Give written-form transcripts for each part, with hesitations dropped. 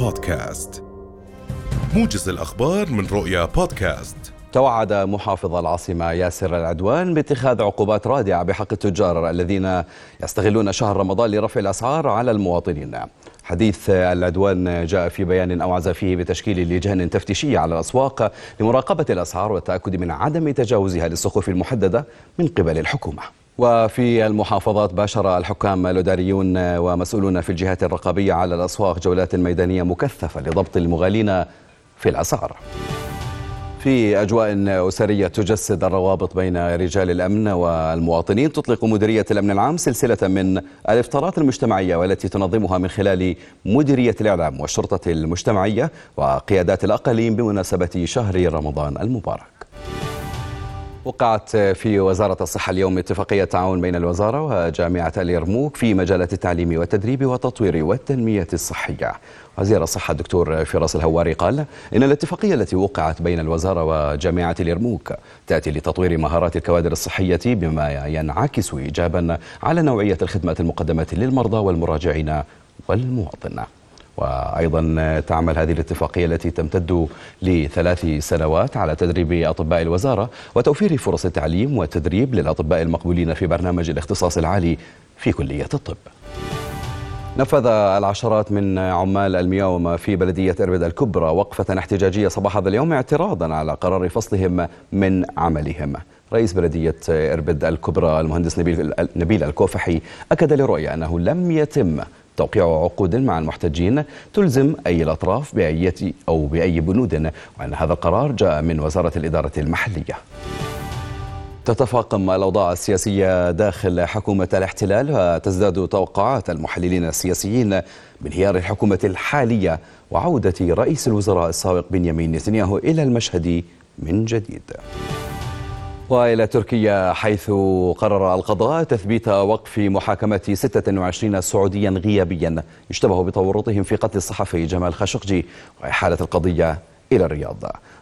بودكاست، موجز الأخبار من رؤيا بودكاست. توعد محافظ العاصمة ياسر العدوان باتخاذ عقوبات رادعة بحق التجار الذين يستغلون شهر رمضان لرفع الأسعار على المواطنين. حديث العدوان جاء في بيان أوعز فيه بتشكيل لجان تفتيشية على الأسواق لمراقبة الأسعار والتأكد من عدم تجاوزها للسقوف المحددة من قبل الحكومة. وفي المحافظات باشر الحكام الإداريون ومسؤولون في الجهات الرقابية على الأسواق جولات ميدانية مكثفة لضبط المغالين في الأسعار. في أجواء أسرية تجسد الروابط بين رجال الأمن والمواطنين، تطلق مديرية الأمن العام سلسلة من الإفطارات المجتمعية والتي تنظمها من خلال مديرية الإعلام والشرطة المجتمعية وقيادات الأقاليم بمناسبة شهر رمضان المبارك. وقعت في وزارة الصحة اليوم اتفاقية تعاون بين الوزارة وجامعة اليرموك في مجالات التعليم والتدريب والتطوير والتنمية الصحية. وزير الصحة الدكتور فراس الهواري قال إن الاتفاقية التي وقعت بين الوزارة وجامعة اليرموك تأتي لتطوير مهارات الكوادر الصحية بما ينعكس إيجابا على نوعية الخدمات المقدمة للمرضى والمراجعين والمواطنين. وأيضا تعمل هذه الاتفاقية التي تمتد ل3 سنوات على تدريب أطباء الوزارة وتوفير فرص التعليم والتدريب للأطباء المقبولين في برنامج الاختصاص العالي في كلية الطب. نفذ العشرات من عمال المياه في بلدية إربد الكبرى وقفة احتجاجية صباح هذا اليوم اعتراضا على قرار فصلهم من عملهم. رئيس بلدية إربد الكبرى المهندس نبيل الكوفحي أكد لرؤية أنه لم يتم توقيع عقود مع المحتجين تلزم أي الأطراف بأي بنود، وأن هذا القرار جاء من وزارة الإدارة المحلية. تتفاقم الأوضاع السياسية داخل حكومة الاحتلال وتزداد توقعات المحللين السياسيين بانهيار الحكومة الحالية وعودة رئيس الوزراء السابق بنيامين نتنياهو إلى المشهد من جديد. وإلى تركيا، حيث قرر القضاء تثبيت وقف محاكمة 26 سعوديا غيابيا يشتبه بتورطهم في قتل الصحفي جمال خاشقجي وإحالة القضية إلى الرياض.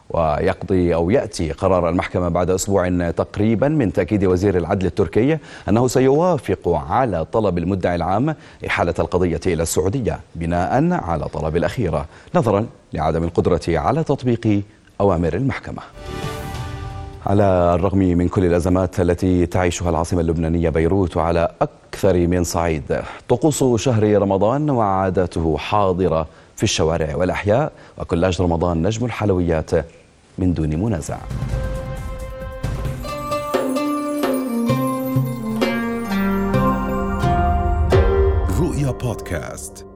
يأتي قرار المحكمة بعد أسبوع تقريبا من تأكيد وزير العدل التركي أنه سيوافق على طلب المدعي العام إحالة القضية إلى السعودية بناء على طلب الأخيرة، نظرا لعدم القدرة على تطبيق أوامر المحكمة. على الرغم من كل الأزمات التي تعيشها العاصمة اللبنانية بيروت وعلى أكثر من صعيد، طقوس شهر رمضان وعاداته حاضرة في الشوارع والأحياء، وكلاج رمضان نجم الحلويات من دون منازع. رؤيا بودكاست.